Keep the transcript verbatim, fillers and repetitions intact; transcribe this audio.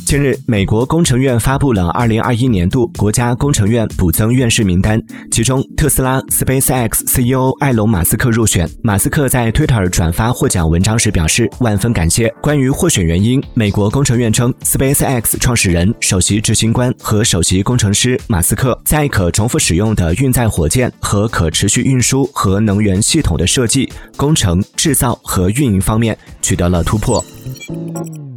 近日，美国工程院发布了二零二一年度国家工程院补增院士名单，其中特斯拉 SpaceX C E O 埃隆·马斯克入选。马斯克在 Twitter 转发获奖文章时表示万分感谢。关于获选原因，美国工程院称 SpaceX 创始人、首席执行官和首席工程师马斯克在可重复使用的运载火箭和可持续运输和能源系统的设计、工程、制造和运营方面取得了突破。